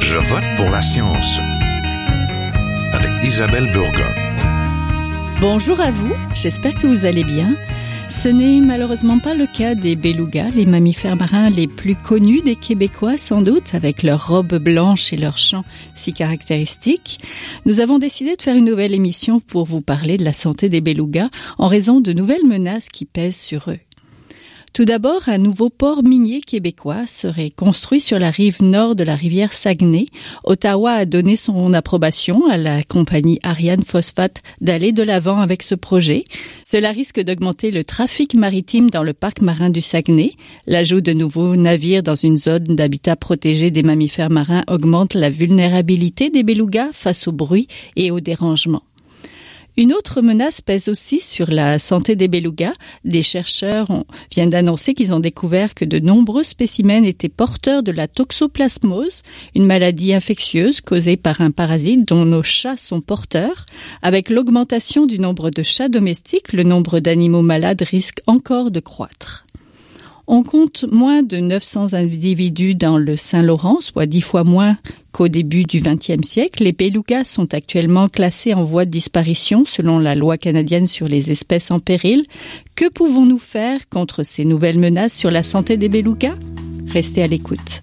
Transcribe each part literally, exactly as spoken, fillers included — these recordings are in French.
Je vote pour la science avec Isabelle Burgon. Bonjour à vous, j'espère que vous allez bien. Ce n'est malheureusement pas le cas des belugas, les mammifères marins les plus connus des Québécois sans doute, avec leurs robes blanches et leurs chants si caractéristiques. Nous avons décidé de faire une nouvelle émission pour vous parler de la santé des belugas en raison de nouvelles menaces qui pèsent sur eux. Tout d'abord, un nouveau port minier québécois serait construit sur la rive nord de la rivière Saguenay. Ottawa a donné son approbation à la compagnie Ariane Phosphate d'aller de l'avant avec ce projet. Cela risque d'augmenter le trafic maritime dans le parc marin du Saguenay. L'ajout de nouveaux navires dans une zone d'habitat protégé des mammifères marins augmente la vulnérabilité des belugas face au bruit et au dérangement. Une autre menace pèse aussi sur la santé des belugas. Des chercheurs ont, viennent d'annoncer qu'ils ont découvert que de nombreux spécimens étaient porteurs de la toxoplasmose, une maladie infectieuse causée par un parasite dont nos chats sont porteurs. Avec l'augmentation du nombre de chats domestiques, le nombre d'animaux malades risque encore de croître. On compte moins de neuf cents individus dans le Saint-Laurent, soit dix fois moins qu'au début du vingtième siècle. Les belugas sont actuellement classés en voie de disparition selon la loi canadienne sur les espèces en péril. Que pouvons-nous faire contre ces nouvelles menaces sur la santé des belugas ? Restez à l'écoute.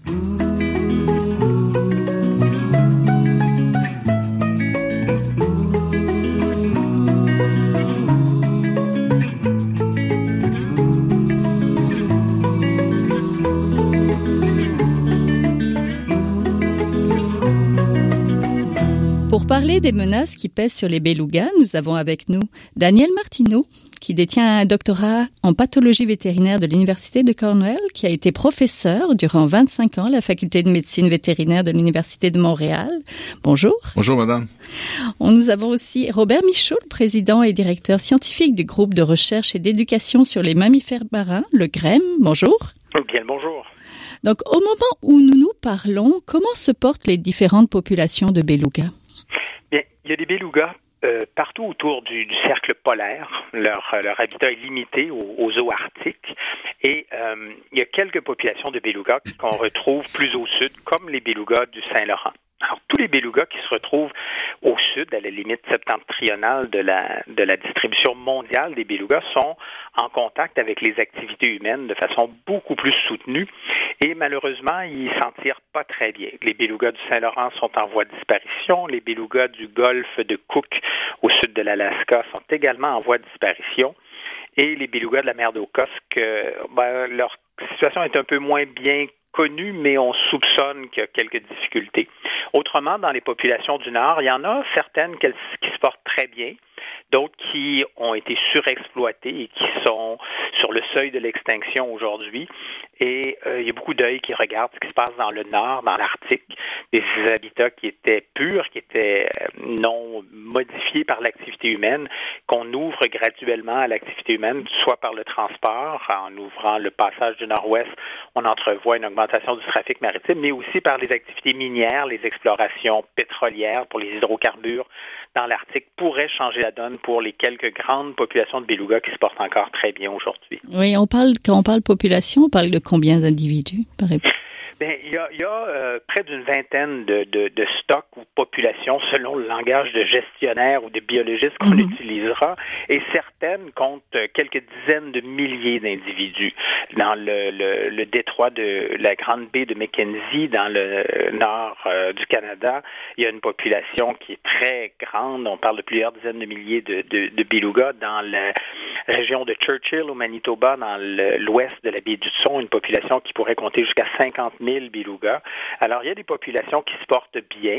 Pour parler des menaces qui pèsent sur les belugas, nous avons avec nous Daniel Martineau, qui détient un doctorat en pathologie vétérinaire de l'Université de Cornell, qui a été professeur durant vingt-cinq ans à la faculté de médecine vétérinaire de l'Université de Montréal. Bonjour. Bonjour, madame. On, nous avons aussi Robert Michaud, président et directeur scientifique du groupe de recherche et d'éducation sur les mammifères marins, le G R E M. Bonjour. Bien le bonjour. Donc, au moment où nous nous parlons, comment se portent les différentes populations de belugas? Bien, il y a des belugas euh, partout autour du, du cercle polaire. Leur, leur habitat est limité aux, aux eaux arctiques. Et euh, il y a quelques populations de belugas qu'on retrouve plus au sud, comme les belugas du Saint-Laurent. Alors, tous les belugas qui se retrouvent au sud, à la limite septentrionale de la, de la distribution mondiale des belugas, sont en contact avec les activités humaines de façon beaucoup plus soutenue et malheureusement, ils s'en tirent pas très bien. Les belugas du Saint-Laurent sont en voie de disparition. Les belugas du golfe de Cook, au sud de l'Alaska, sont également en voie de disparition. Et les belugas de la mer d'Okhotsk, ben, leur situation est un peu moins bien connue, mais on soupçonne qu'il y a quelques difficultés. Autrement, dans les populations du Nord, il y en a certaines qui se portent très bien, d'autres qui ont été surexploitées et qui sont sur le seuil de l'extinction aujourd'hui. Et euh, il y a beaucoup d'œils qui regardent ce qui se passe dans le Nord, dans l'Arctique, des habitats qui étaient purs, qui étaient non modifiés par l'activité humaine, qu'on ouvre graduellement à l'activité humaine, soit par le transport, en ouvrant le passage du Nord-Ouest, on entrevoit une augmentation du trafic maritime, mais aussi par les activités minières, les explorations pétrolières pour les hydrocarbures dans l'Arctique pourraient changer la donne pour les quelques grandes populations de belugas qui se portent encore très bien aujourd'hui. Oui, on parle, quand on parle population, on parle de combien d'individus par exemple? Bien, il y a, il y a euh, près d'une vingtaine de, de, de stocks ou populations selon le langage de gestionnaire ou de biologiste qu'on mm-hmm. utilisera, et certaines comptent quelques dizaines de milliers d'individus. Dans le, le, le détroit de la Grande Baie de Mackenzie, dans le nord euh, du Canada, il y a une population qui est très grande. On parle de plusieurs dizaines de milliers de, de, de belugas. Dans la région de Churchill, au Manitoba, dans le, l'ouest de la baie d'Hudson, une population qui pourrait compter jusqu'à cinquante mille belugas. Alors, il y a des populations qui se portent bien,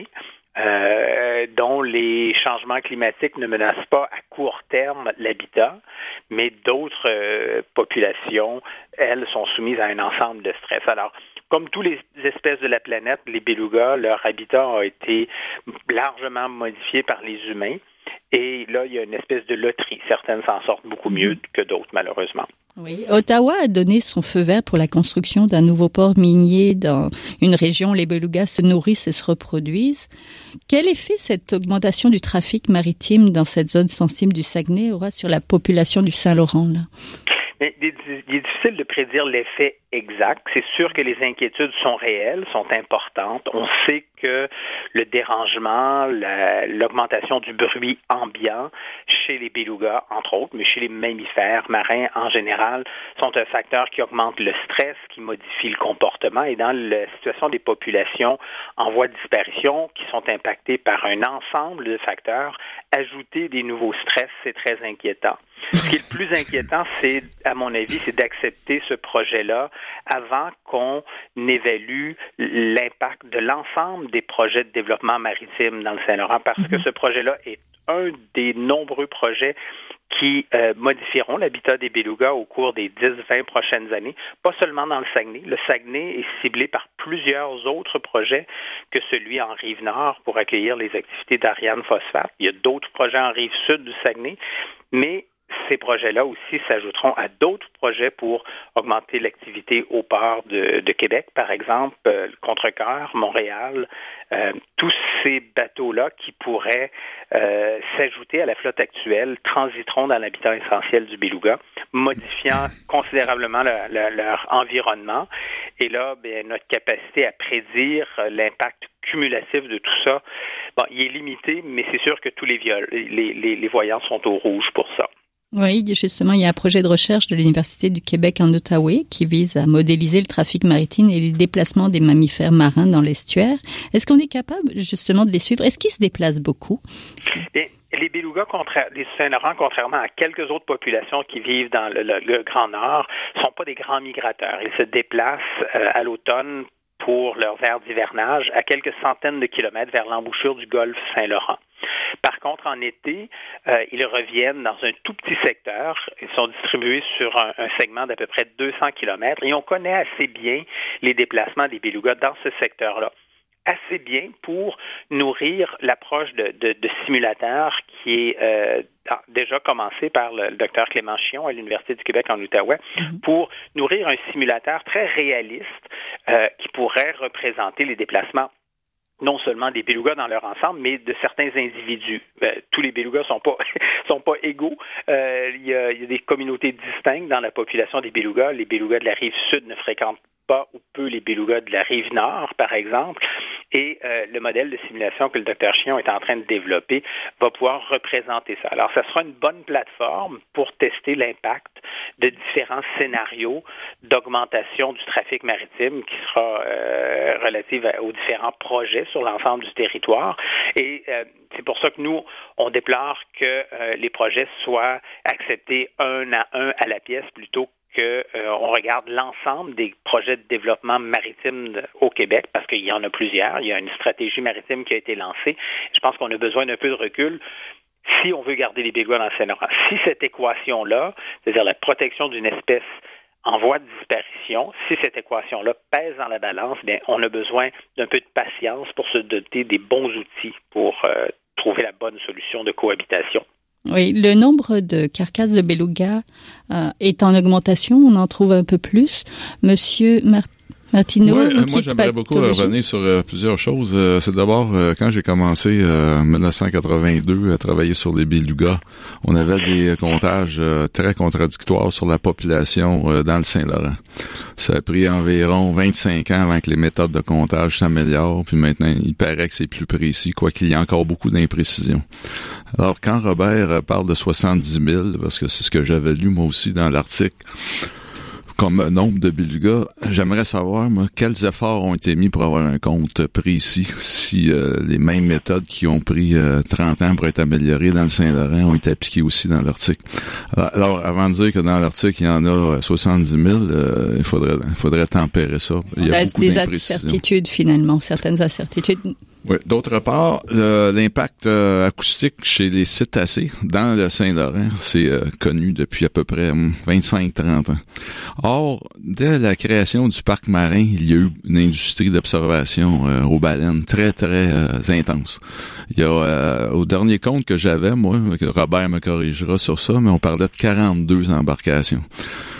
euh, dont les changements climatiques ne menacent pas à court terme l'habitat, mais d'autres euh, populations, elles, sont soumises à un ensemble de stress. Alors, comme toutes les espèces de la planète, les belugas, leur habitat a été largement modifié par les humains. Et là, il y a une espèce de loterie. Certaines s'en sortent beaucoup mieux que d'autres, malheureusement. Oui. Ottawa a donné son feu vert pour la construction d'un nouveau port minier dans une région où les belugas se nourrissent et se reproduisent. Quel effet cette augmentation du trafic maritime dans cette zone sensible du Saguenay aura sur la population du Saint-Laurent, là? Mais il est difficile de prédire l'effet exact. C'est sûr que les inquiétudes sont réelles, sont importantes. On sait que le dérangement, la, l'augmentation du bruit ambiant chez les belugas, entre autres, mais chez les mammifères marins en général, sont un facteur qui augmente le stress, qui modifie le comportement. Et dans la situation des populations en voie de disparition qui sont impactées par un ensemble de facteurs, ajouter des nouveaux stress, c'est très inquiétant. Ce qui est le plus inquiétant, c'est, à mon avis, c'est d'accepter ce projet-là avant qu'on évalue l'impact de l'ensemble des projets de développement maritime dans le Saint-Laurent, parce mm-hmm. que ce projet-là est un des nombreux projets qui euh, modifieront l'habitat des belugas au cours des dix à vingt prochaines années, pas seulement dans le Saguenay. Le Saguenay est ciblé par plusieurs autres projets que celui en Rive-Nord pour accueillir les activités d'Ariane Phosphate. Il y a d'autres projets en Rive-Sud du Saguenay, mais ces projets-là aussi s'ajouteront à d'autres projets pour augmenter l'activité au port de, de Québec, par exemple, euh, le Contrecœur, Montréal, euh, tous ces bateaux-là qui pourraient euh, s'ajouter à la flotte actuelle transiteront dans l'habitat essentiel du beluga, modifiant considérablement le, le, leur environnement. Et là, bien, notre capacité à prédire l'impact cumulatif de tout ça, bon, il est limité, mais c'est sûr que tous les, viol- les, les, les voyants sont au rouge pour ça. Oui, justement, il y a un projet de recherche de l'Université du Québec en Outaouais qui vise à modéliser le trafic maritime et les déplacements des mammifères marins dans l'estuaire. Est-ce qu'on est capable justement de les suivre? Est-ce qu'ils se déplacent beaucoup? Bien, les belugas, contra- les Saint-Laurent, contrairement à quelques autres populations qui vivent dans le, le, le Grand Nord, ne sont pas des grands migrateurs. Ils se déplacent euh, à l'automne pour leurs aires d'hivernage à quelques centaines de kilomètres vers l'embouchure du golfe Saint-Laurent. Par contre, en été, euh, ils reviennent dans un tout petit secteur. Ils sont distribués sur un, un segment d'à peu près deux cents kilomètres et on connaît assez bien les déplacements des belugas dans ce secteur-là. Assez bien pour nourrir l'approche de, de, de simulateurs qui est euh, déjà commencée par le, le docteur Clément Chion à l'Université du Québec en Outaouais, mm-hmm. pour nourrir un simulateur très réaliste euh, qui pourrait représenter les déplacements non seulement des belugas dans leur ensemble, mais de certains individus. Euh, tous les belugas sont pas sont pas égaux. Euh, il y a, il y a des communautés distinctes dans la population des belugas. Les belugas de la rive sud ne fréquentent pas ou peu les belugas de la rive nord, par exemple. Et euh, le modèle de simulation que le docteur Chion est en train de développer va pouvoir représenter ça. Alors, ça sera une bonne plateforme pour tester l'impact de différents scénarios d'augmentation du trafic maritime qui sera euh, relative aux différents projets sur l'ensemble du territoire. Et euh, c'est pour ça que nous, on déplore que euh, les projets soient acceptés un à un à la pièce plutôt qu'on euh, regarde l'ensemble des projets de développement maritime au Québec, parce qu'il y en a plusieurs. Il y a une stratégie maritime qui a été lancée. Je pense qu'on a besoin d'un peu de recul si on veut garder les belugas dans le Saint-Laurent. Si cette équation-là, c'est-à-dire la protection d'une espèce en voie de disparition, si cette équation-là pèse dans la balance, bien, on a besoin d'un peu de patience pour se doter des bons outils pour euh, trouver la bonne solution de cohabitation. Oui, le nombre de carcasses de belugas euh, est en augmentation. On en trouve un peu plus. Monsieur Martin. Martineau, ouais, moi, j'aimerais beaucoup revenir sur euh, plusieurs choses. Euh, c'est d'abord, euh, quand j'ai commencé euh, en dix-neuf cent quatre-vingt-deux à travailler sur les belugas, on avait des comptages euh, très contradictoires sur la population euh, dans le Saint-Laurent. Ça a pris environ vingt-cinq ans avant que les méthodes de comptage s'améliorent, puis maintenant, il paraît que c'est plus précis, quoiqu'il y a encore beaucoup d'imprécisions. Alors, quand Robert parle de soixante-dix mille, parce que c'est ce que j'avais lu moi aussi dans l'article, comme nombre de belugas, j'aimerais savoir, moi, quels efforts ont été mis pour avoir un compte précis, si euh, les mêmes méthodes qui ont pris euh, trente ans pour être améliorées dans le Saint-Laurent ont été appliquées aussi dans l'article. Alors, alors avant de dire que dans l'article, il y en a soixante-dix mille, euh, il faudrait il faudrait tempérer ça. Il y a beaucoup des incertitudes, finalement, certaines incertitudes. Oui. D'autre part, euh, l'impact euh, acoustique chez les cétacés dans le Saint-Laurent, c'est euh, connu depuis à peu près vingt-cinq à trente ans. Or, dès la création du parc marin, il y a eu une industrie d'observation euh, aux baleines très, très euh, intense. Il y a, euh, au dernier compte que j'avais, moi, Robert me corrigera sur ça, mais on parlait de quarante-deux embarcations.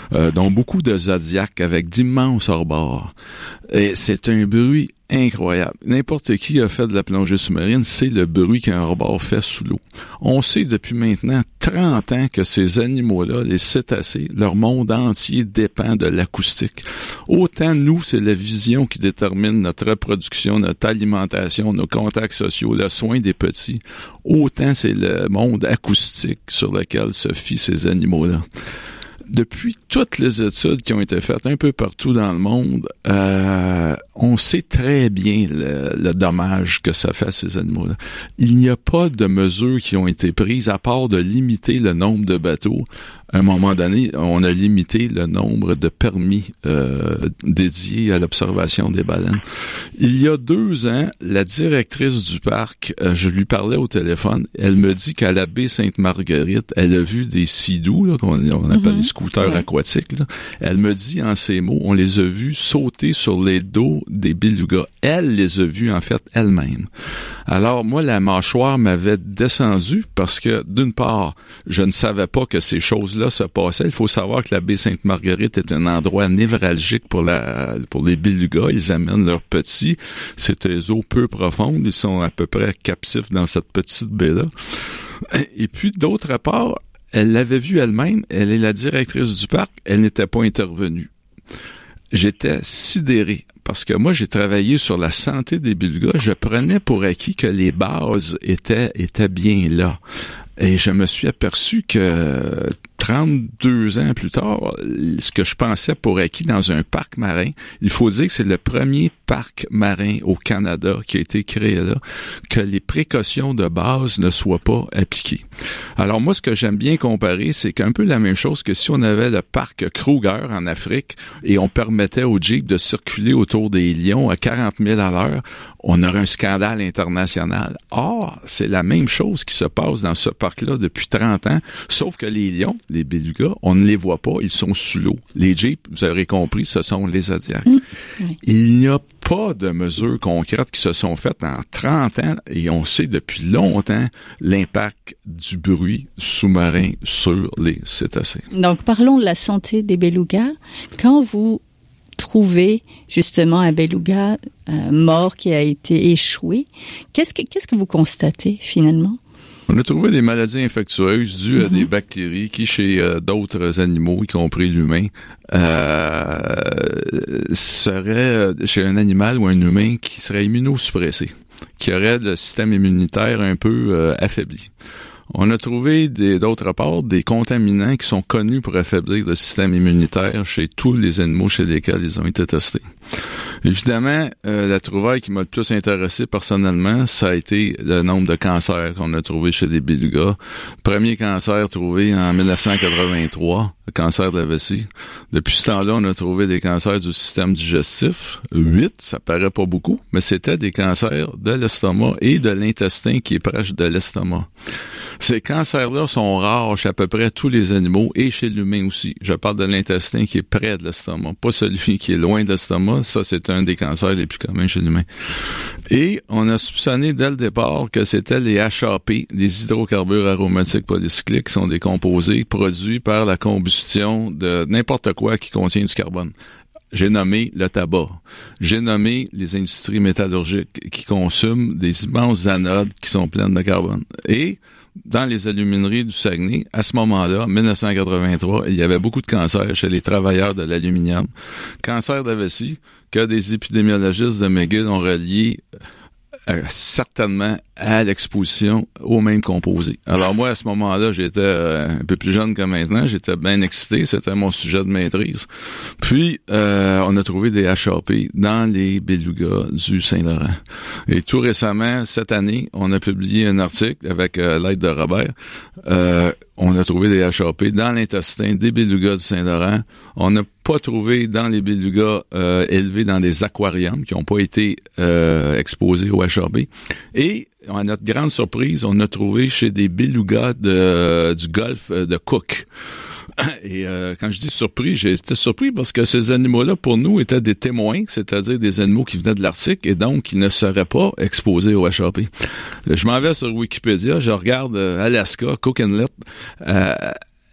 euh, dont beaucoup de zodiacs avec d'immenses hors-bords. Et c'est un bruit incroyable. N'importe qui a fait de la plongée sous-marine, c'est le bruit qu'un hors-bord fait sous l'eau. On sait depuis maintenant trente ans que ces animaux-là, les cétacés, leur monde entier dépend de l'acoustique. Autant nous, c'est la vision qui détermine notre reproduction, notre alimentation, nos contacts sociaux, le soin des petits. Autant c'est le monde acoustique sur lequel se fient ces animaux-là. Depuis toutes les études qui ont été faites un peu partout dans le monde, euh, on sait très bien le, le dommage que ça fait à ces animaux-là. Il n'y a pas de mesures qui ont été prises à part de limiter le nombre de bateaux. À un moment donné, on a limité le nombre de permis euh, dédiés à l'observation des baleines. Il y a deux ans, la directrice du parc, euh, je lui parlais au téléphone, elle me dit qu'à la baie Sainte-Marguerite, elle a vu des sea-doo, là, qu'on on appelle mm-hmm. les scooters ouais. aquatiques. Là. Elle me dit en ces mots, on les a vus sauter sur les dos des belugas. Elle les a vus, en fait, elle-même. Alors, moi, la mâchoire m'avait descendu parce que, d'une part, je ne savais pas que ces choses-là se passaient. Il faut savoir que la baie Sainte-Marguerite est un endroit névralgique pour la pour les belugas. Ils amènent leurs petits. C'est des eaux peu profondes. Ils sont à peu près captifs dans cette petite baie-là. Et puis, d'autre part, elle l'avait vue elle-même. Elle est la directrice du parc. Elle n'était pas intervenue. J'étais sidéré. Parce que moi, j'ai travaillé sur la santé des belugas. Je prenais pour acquis que les bases étaient, étaient bien là. Et je me suis aperçu que trente-deux ans plus tard, ce que je pensais pour acquis dans un parc marin, il faut dire que c'est le premier parc marin au Canada qui a été créé là, que les précautions de base ne soient pas appliquées. Alors moi, ce que j'aime bien comparer, c'est qu'un peu la même chose que si on avait le parc Kruger en Afrique et on permettait aux Jeeps de circuler autour des lions à quarante mille à l'heure, on aurait un scandale international. Or, c'est la même chose qui se passe dans ce parc-là depuis trente ans, sauf que les lions, les belugas, on ne les voit pas, ils sont sous l'eau. Les Jeeps, vous aurez compris, ce sont les zodiacs. Mmh. Oui. Il n'y a pas de mesures concrètes qui se sont faites en trente ans et on sait depuis longtemps l'impact du bruit sous-marin sur les cétacés. Donc, parlons de la santé des belugas. Quand vous trouvez justement un beluga euh, mort qui a été échoué, qu'est-ce que, qu'est-ce que vous constatez finalement? On a trouvé des maladies infectieuses dues mm-hmm. à des bactéries qui, chez euh, d'autres animaux, y compris l'humain, euh, seraient chez un animal ou un humain qui serait immunosuppressé, qui aurait le système immunitaire un peu euh, affaibli. On a trouvé des, d'autre part des contaminants qui sont connus pour affaiblir le système immunitaire chez tous les animaux chez lesquels ils ont été testés. Évidemment, euh, la trouvaille qui m'a le plus intéressé personnellement, ça a été le nombre de cancers qu'on a trouvé chez les belugas. Premier cancer trouvé en dix-neuf cent quatre-vingt-trois, le cancer de la vessie. Depuis ce temps-là, on a trouvé des cancers du système digestif. Huit, ça paraît pas beaucoup, mais c'était des cancers de l'estomac et de l'intestin qui est proche de l'estomac. Ces cancers-là sont rares chez à peu près tous les animaux et chez l'humain aussi. Je parle de l'intestin qui est près de l'estomac, pas celui qui est loin de l'estomac. Ça, c'est un des cancers les plus communs chez l'humain. Et on a soupçonné dès le départ que c'était les H A P, les hydrocarbures aromatiques polycycliques, qui sont des composés produits par la combustion de n'importe quoi qui contient du carbone. J'ai nommé le tabac. J'ai nommé les industries métallurgiques qui consomment des immenses anodes qui sont pleines de carbone. Et dans les alumineries du Saguenay, à ce moment-là, dix-neuf cent quatre-vingt-trois, il y avait beaucoup de cancers chez les travailleurs de l'aluminium. Cancer de la vessie, que des épidémiologistes de McGill ont relié euh, certainement à l'exposition aux mêmes composés. Alors moi, à ce moment-là, j'étais euh, un peu plus jeune que maintenant, j'étais bien excité, c'était mon sujet de maîtrise. Puis, euh, on a trouvé des H A P dans les belugas du Saint-Laurent. Et tout récemment, cette année, on a publié un article avec euh, l'aide de Robert. Euh, on a trouvé des H A P dans l'intestin des belugas du Saint-Laurent. On n'a pas trouvé dans les belugas euh, élevés dans des aquariums qui n'ont pas été euh, exposés au H A P. Et à notre grande surprise, on a trouvé chez des belugas de, du golfe de Cook. Et euh, quand je dis surpris, j'ai été surpris parce que ces animaux-là, pour nous, étaient des témoins, c'est-à-dire des animaux qui venaient de l'Arctique et donc qui ne seraient pas exposés au H A P. Je m'en vais sur Wikipédia, je regarde euh, Alaska, Cook Inlet. Euh,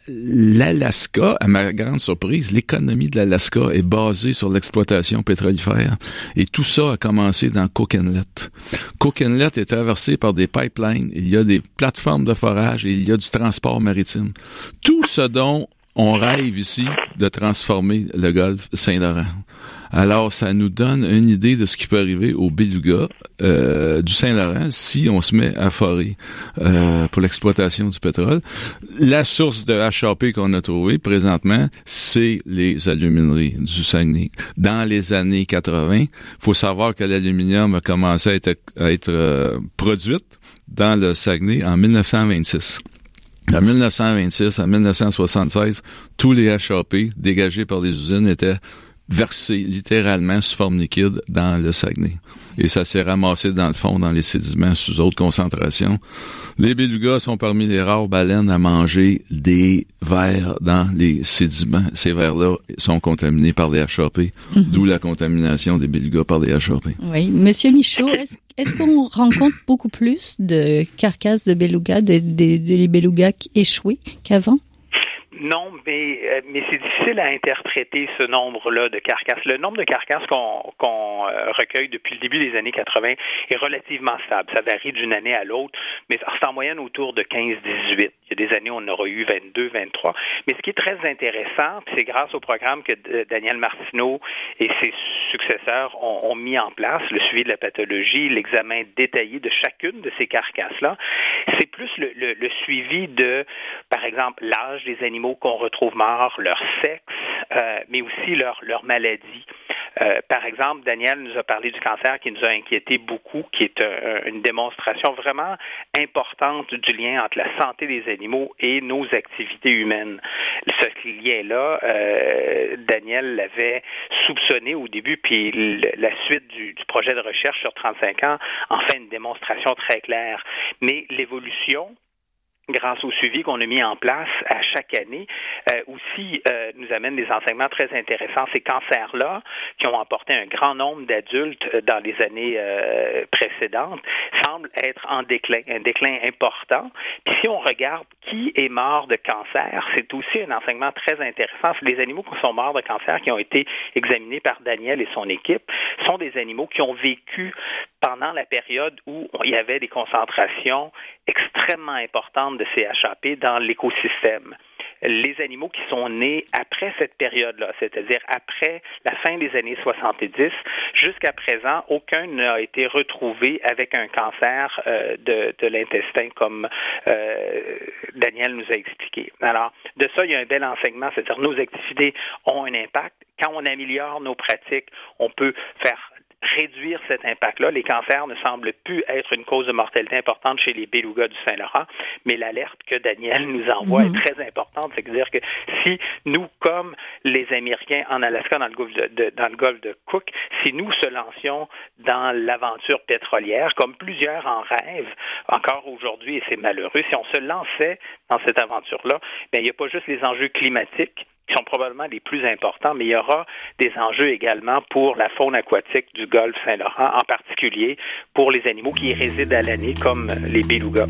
l'Alaska, à ma grande surprise, l'économie de l'Alaska est basée sur l'exploitation pétrolifère. Et tout ça a commencé dans Cook Inlet. Cook Inlet est traversé par des pipelines, il y a des plateformes de forage et il y a du transport maritime. Tout ce dont on rêve ici de transformer le golfe Saint-Laurent. Alors, ça nous donne une idée de ce qui peut arriver au beluga euh, du Saint-Laurent si on se met à forer euh, pour l'exploitation du pétrole. La source de H A P qu'on a trouvée présentement, c'est les alumineries du Saguenay. Dans les années quatre-vingt, il faut savoir que l'aluminium a commencé à être, à être euh, produite dans le Saguenay en dix-neuf cent vingt-six. De dix-neuf cent vingt-six à dix-neuf cent soixante-seize, tous les H A P dégagés par les usines étaient versés littéralement sous forme liquide dans le Saguenay. Et ça s'est ramassé dans le fond, dans les sédiments sous haute concentration. Les belugas sont parmi les rares baleines à manger des vers dans les sédiments. Ces vers-là sont contaminés par les H A P, mm-hmm. d'où la contamination des belugas par les H A P. Oui. Monsieur Michaud, est-ce, est-ce qu'on rencontre beaucoup plus de carcasses de belugas, de, de, de les belugas échoués qu'avant? Non, mais, euh, mais c'est difficile à interpréter ce nombre-là de carcasses. Le nombre de carcasses qu'on, qu'on euh, recueille depuis le début des années quatre-vingt est relativement stable. Ça varie d'une année à l'autre, mais c'est en moyenne autour de quinze à dix-huit. Il y a des années où on aura eu vingt-deux, vingt-trois. Mais ce qui est très intéressant, c'est grâce au programme que D- Daniel Martineau et ses successeurs ont, ont mis en place, le suivi de la pathologie, l'examen détaillé de chacune de ces carcasses-là, c'est plus le, le, le suivi de, par exemple, l'âge des animaux qu'on retrouve morts, leur sexe, euh, mais aussi leur, leur maladie. Euh, par exemple, Daniel nous a parlé du cancer qui nous a inquiété beaucoup, qui est un, une démonstration vraiment importante du lien entre la santé des animaux et nos activités humaines. Ce lien-là, euh, Daniel l'avait soupçonné au début, puis le, la suite du, du projet de recherche sur trente-cinq ans en fait une démonstration très claire. Mais l'évolution, grâce au suivi qu'on a mis en place à chaque année, euh, aussi euh, nous amène des enseignements très intéressants. Ces cancers-là, qui ont emporté un grand nombre d'adultes dans les années euh, précédentes, semblent être en déclin, un déclin important. Puis si on regarde qui est mort de cancer, c'est aussi un enseignement très intéressant. Les animaux qui sont morts de cancer, qui ont été examinés par Daniel et son équipe, sont des animaux qui ont vécu pendant la période où il y avait des concentrations extrêmement importantes de C H A P dans l'écosystème. Les animaux qui sont nés après cette période-là, c'est-à-dire après la fin des années soixante-dix, jusqu'à présent, aucun n'a été retrouvé avec un cancer euh, de, de l'intestin comme euh, Daniel nous a expliqué. Alors, de ça, il y a un bel enseignement, c'est-à-dire nos activités ont un impact. Quand on améliore nos pratiques, on peut faire réduire cet impact-là. Les cancers ne semblent plus être une cause de mortalité importante chez les belugas du Saint-Laurent, mais l'alerte que Daniel nous envoie mmh. est très importante. C'est-à-dire que si nous, comme les Américains en Alaska, dans le golfe de, de, dans le golfe de Cook, si nous se lancions dans l'aventure pétrolière, comme plusieurs en rêvent encore aujourd'hui, et c'est malheureux, si on se lançait dans cette aventure-là, bien, il n'y a pas juste les enjeux climatiques qui sont probablement les plus importants, mais il y aura des enjeux également pour la faune aquatique du golfe Saint-Laurent, en particulier pour les animaux qui y résident à l'année, comme les belugas.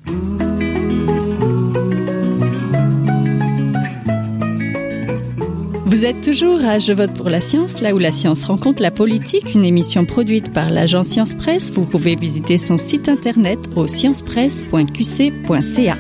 Vous êtes toujours à Je vote pour la science, là où la science rencontre la politique, une émission produite par l'agence Science Presse. Vous pouvez visiter son site internet au science presse point q c point c a.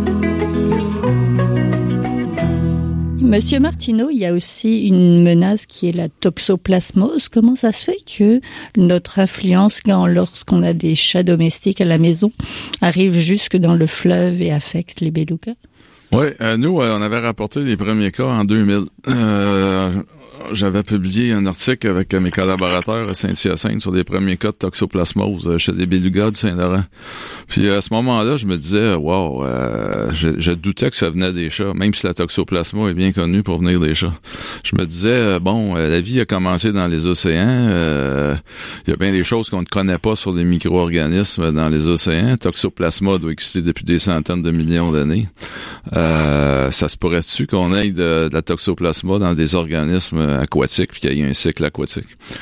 Monsieur Martineau, il y a aussi une menace qui est la toxoplasmose. Comment ça se fait que notre influence, quand, lorsqu'on a des chats domestiques à la maison, arrive jusque dans le fleuve et affecte les belugas? Oui, euh, nous, euh, on avait rapporté les premiers cas en deux mille. Euh, j'avais publié un article avec mes collaborateurs à Saint-Hyacinthe sur les premiers cas de toxoplasmose chez les belugas du Saint-Laurent. Puis à ce moment-là, je me disais, wow, euh, je, je doutais que ça venait des chats, même si la toxoplasmose est bien connue pour venir des chats. Je me disais, bon, la vie a commencé dans les océans. Euh, il y a bien des choses qu'on ne connaît pas sur les micro-organismes dans les océans. Toxoplasmose doit exister depuis des centaines de millions d'années. Euh, ça se pourrait-tu qu'on ait de, de la toxoplasmose dans des organismes aquatiques puis qu'il y ait un cycle aquatique?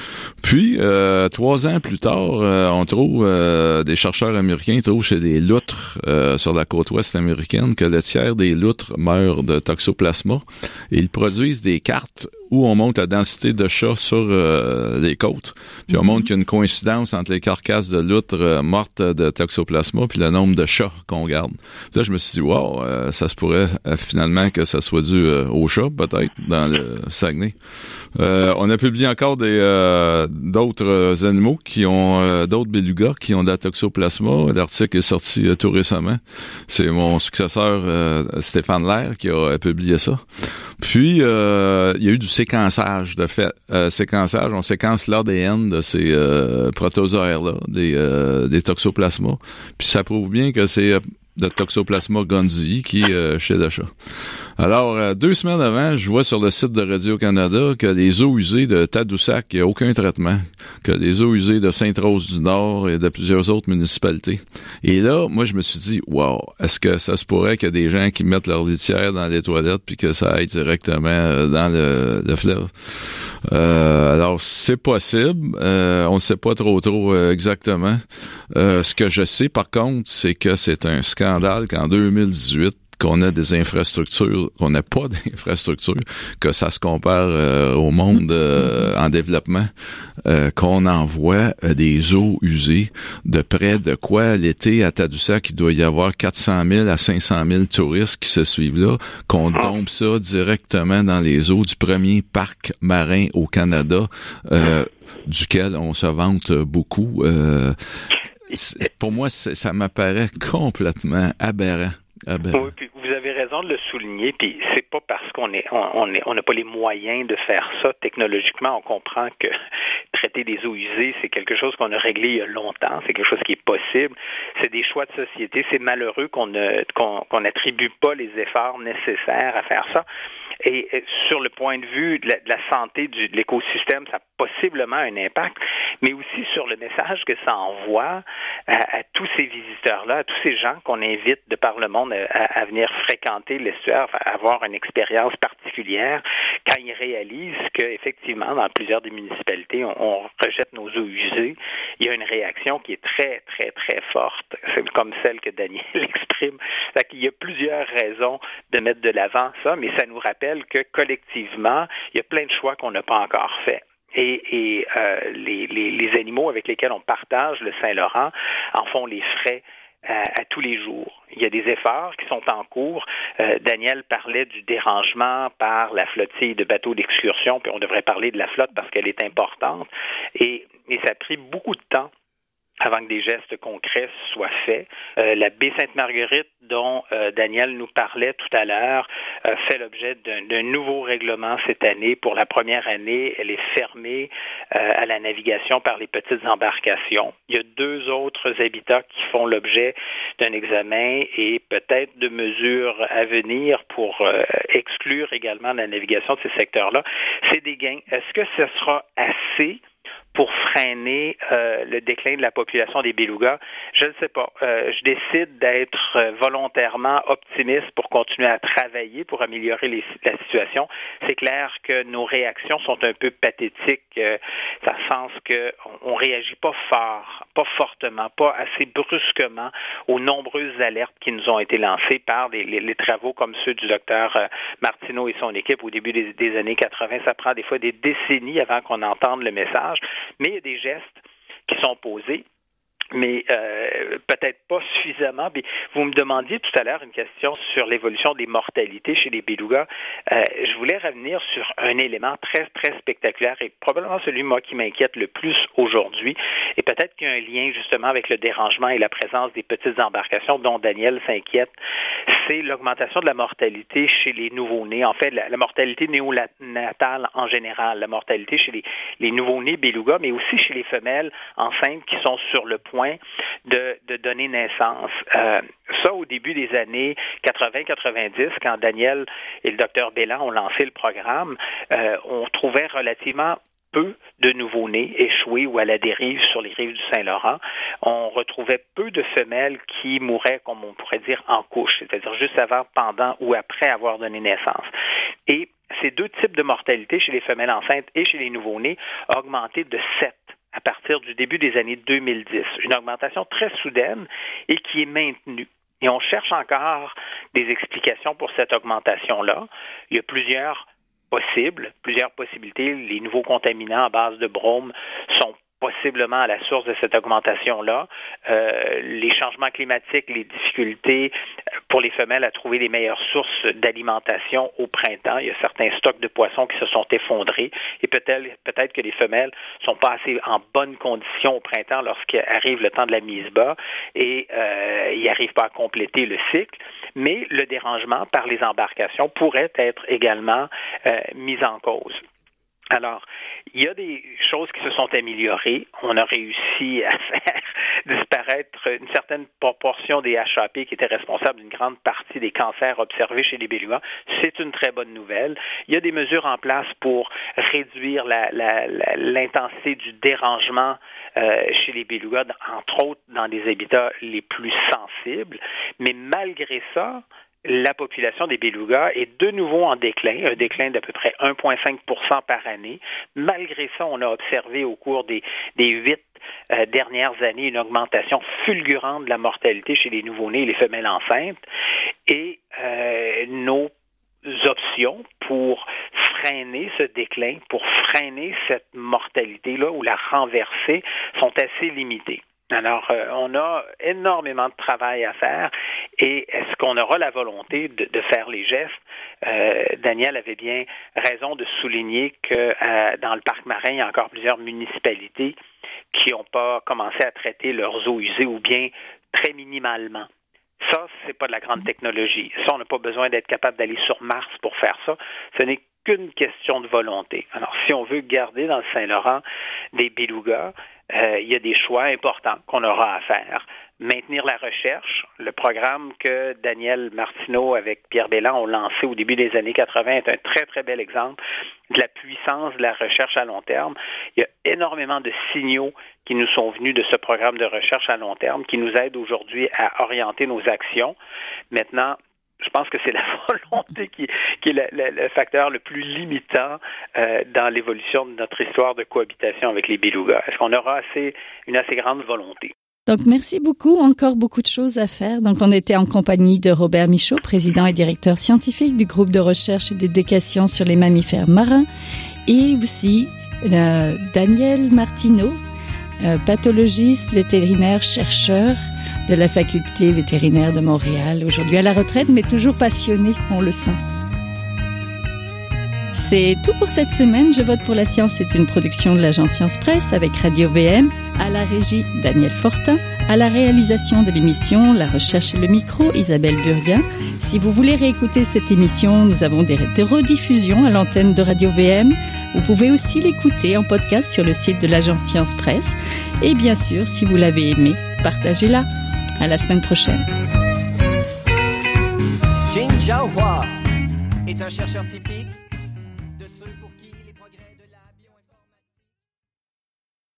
Puis, euh, trois ans plus tard, euh, on trouve, euh, des chercheurs américains trouvent chez des loutres euh, sur la côte ouest américaine que le tiers des loutres meurent de toxoplasma. Et ils produisent des cartes où on montre la densité de chats sur euh, les côtes. Puis on montre qu'il y a une coïncidence entre les carcasses de loutres euh, mortes de toxoplasma puis le nombre de chats qu'on garde. Puis là, je me suis dit, wow, euh, ça se pourrait euh, finalement que ça soit dû euh, aux chats, peut-être, dans le Saguenay. Euh, on a publié encore des euh, d'autres animaux qui ont euh, d'autres belugas qui ont de la toxoplasma. L'article est sorti euh, tout récemment. C'est mon successeur euh, Stéphane Lair qui a publié ça. Puis euh, il y a eu du séquençage de fait. Euh, séquençage, on séquence l'A D N de ces euh, protozoaires-là, des, euh, des toxoplasmas. Puis ça prouve bien que c'est euh, de Toxoplasma gondii qui est euh, chez le chat. Alors, euh, deux semaines avant, je vois sur le site de Radio-Canada que les eaux usées de Tadoussac, il n'y a aucun traitement, que les eaux usées de Sainte-Rose-du-Nord et de plusieurs autres municipalités. Et là, moi, je me suis dit, wow, est-ce que ça se pourrait qu'il y a des gens qui mettent leur litière dans les toilettes puis que ça aille directement dans le, le fleuve? Euh, alors, c'est possible. Euh, on ne sait pas trop trop euh, exactement. Euh, ce que je sais, par contre, c'est que c'est un scandale qu'en deux mille dix-huit, qu'on a des infrastructures, qu'on n'a pas d'infrastructures, que ça se compare euh, au monde euh, en développement, euh, qu'on envoie euh, des eaux usées de près de quoi l'été à Tadoussac, il doit y avoir quatre cent mille à cinq cent mille touristes qui se suivent là, qu'on tombe ça directement dans les eaux du premier parc marin au Canada, euh, duquel on se vante beaucoup. Euh, pour moi, ça m'apparaît complètement aberrant. Ah ben. Oui, puis vous avez raison de le souligner, puis c'est pas parce qu'on est on, on est on n'a pas les moyens de faire ça technologiquement, on comprend que traiter des eaux usées, c'est quelque chose qu'on a réglé il y a longtemps, c'est quelque chose qui est possible, c'est des choix de société, c'est malheureux qu'on ne qu'on qu'on n'attribue pas les efforts nécessaires à faire ça. Et sur le point de vue de la, de la santé du, de l'écosystème, ça a possiblement un impact, mais aussi sur le message que ça envoie à, à tous ces visiteurs-là, à tous ces gens qu'on invite de par le monde à, à venir fréquenter l'estuaire, à avoir une expérience particulière, quand ils réalisent qu'effectivement, dans plusieurs des municipalités, on, on rejette nos eaux usées, il y a une réaction qui est très, très, très forte, c'est comme celle que Daniel exprime. Fait qu'il y a plusieurs raisons de mettre de l'avant ça, mais ça nous rappelle que collectivement, il y a plein de choix qu'on n'a pas encore faits. Et, et euh, les, les, les animaux avec lesquels on partage le Saint-Laurent en font les frais à, à tous les jours. Il y a des efforts qui sont en cours. Euh, Daniel parlait du dérangement par la flottille de bateaux d'excursion, puis on devrait parler de la flotte parce qu'elle est importante. Et, et ça a pris beaucoup de temps avant que des gestes concrets soient faits. Euh, la baie Sainte-Marguerite, dont euh, Daniel nous parlait tout à l'heure, euh, fait l'objet d'un, d'un nouveau règlement cette année. Pour la première année, elle est fermée euh, à la navigation par les petites embarcations. Il y a deux autres habitats qui font l'objet d'un examen et peut-être de mesures à venir pour euh, exclure également la navigation de ces secteurs-là. C'est des gains. Est-ce que ce sera assez pour freiner euh, le déclin de la population des belugas? Je ne sais pas. Euh, je décide d'être euh, volontairement optimiste pour continuer à travailler pour améliorer les, la situation. C'est clair que nos réactions sont un peu pathétiques, euh, dans le sens qu'on ne réagit pas fort, pas fortement, pas assez brusquement aux nombreuses alertes qui nous ont été lancées par les, les, les travaux comme ceux du docteur euh, Martineau et son équipe au début des, des années quatre-vingt. Ça prend des fois des décennies avant qu'on entende le message. Mais il y a des gestes qui sont posés, mais euh, peut-être pas suffisamment. Puis vous me demandiez tout à l'heure une question sur l'évolution des mortalités chez les belugas. Euh, je voulais revenir sur un élément très, très spectaculaire et probablement celui, moi, qui m'inquiète le plus aujourd'hui. Et peut-être qu'il y a un lien, justement, avec le dérangement et la présence des petites embarcations dont Daniel s'inquiète. C'est l'augmentation de la mortalité chez les nouveau-nés. En fait, la, la mortalité néonatale en général, la mortalité chez les, les nouveau-nés belugas, mais aussi chez les femelles enceintes qui sont sur le point de, de donner naissance. Euh, ça, au début des années quatre-vingts quatre-vingt-dix, quand Daniel et le docteur Bélan ont lancé le programme, euh, on trouvait relativement peu de nouveau-nés échoués ou à la dérive sur les rives du Saint-Laurent. On retrouvait peu de femelles qui mouraient, comme on pourrait dire, en couche, c'est-à-dire juste avant, pendant ou après avoir donné naissance. Et ces deux types de mortalité chez les femelles enceintes et chez les nouveau-nés a augmenté de sept à partir du début des années deux mille dix. Une augmentation très soudaine et qui est maintenue. Et on cherche encore des explications pour cette augmentation-là. Il y a plusieurs possibles, plusieurs possibilités. Les nouveaux contaminants à base de brome sont possiblement à la source de cette augmentation-là. Euh, les changements climatiques, les difficultés pour les femelles à trouver les meilleures sources d'alimentation au printemps. Il y a certains stocks de poissons qui se sont effondrés et peut-être, peut-être que les femelles sont pas assez en bonne condition au printemps lorsqu'arrive le temps de la mise bas et euh, ils n'arrivent pas à compléter le cycle. Mais le dérangement par les embarcations pourrait être également euh, mis en cause. Alors, il y a des choses qui se sont améliorées. On a réussi à faire disparaître une certaine proportion des H A P qui étaient responsables d'une grande partie des cancers observés chez les belugas. C'est une très bonne nouvelle. Il y a des mesures en place pour réduire la, la, la, l'intensité du dérangement euh, chez les belugas, entre autres dans des habitats les plus sensibles. Mais malgré ça, la population des belugas est de nouveau en déclin, un déclin d'à peu près un virgule cinq pour cent par année. Malgré ça, on a observé au cours des, des huit euh, dernières années une augmentation fulgurante de la mortalité chez les nouveau-nés et les femelles enceintes. Et euh, nos options pour freiner ce déclin, pour freiner cette mortalité-là ou la renverser sont assez limitées. Alors, euh, on a énormément de travail à faire et est-ce qu'on aura la volonté de, de faire les gestes? Euh, Daniel avait bien raison de souligner que euh, dans le parc marin, il y a encore plusieurs municipalités qui n'ont pas commencé à traiter leurs eaux usées ou bien très minimalement. Ça, c'est pas de la grande technologie. Ça, on n'a pas besoin d'être capable d'aller sur Mars pour faire ça. Ce n'est qu'une question de volonté. Alors, si on veut garder dans le Saint-Laurent des belugas, euh, il y a des choix importants qu'on aura à faire. Maintenir la recherche, le programme que Daniel Martineau avec Pierre Bélan ont lancé au début des années quatre-vingt est un très, très bel exemple de la puissance de la recherche à long terme. Il y a énormément de signaux qui nous sont venus de ce programme de recherche à long terme qui nous aide aujourd'hui à orienter nos actions. Maintenant, je pense que c'est la volonté qui, qui est le, le, le facteur le plus limitant euh, dans l'évolution de notre histoire de cohabitation avec les belugas. Est-ce qu'on aura assez, une assez grande volonté? Donc, merci beaucoup. Encore beaucoup de choses à faire. Donc, on était en compagnie de Robert Michaud, président et directeur scientifique du groupe de recherche et d'éducation sur les mammifères marins, et aussi euh, Daniel Martineau, euh, pathologiste, vétérinaire, chercheur de la faculté vétérinaire de Montréal, aujourd'hui à la retraite, mais toujours passionné, on le sent. C'est tout pour cette semaine. Je vote pour la science. C'est une production de l'agence Science Presse avec Radio V M, à la régie Daniel Fortin, à la réalisation de l'émission, la recherche et le micro Isabelle Burguin. Si vous voulez réécouter cette émission, nous avons des, des rediffusions à l'antenne de Radio V M. Vous pouvez aussi l'écouter en podcast sur le site de l'agence Science Presse. Et bien sûr, si vous l'avez aimé, partagez-la. À la semaine prochaine. Jin Jiahua est un chercheur typique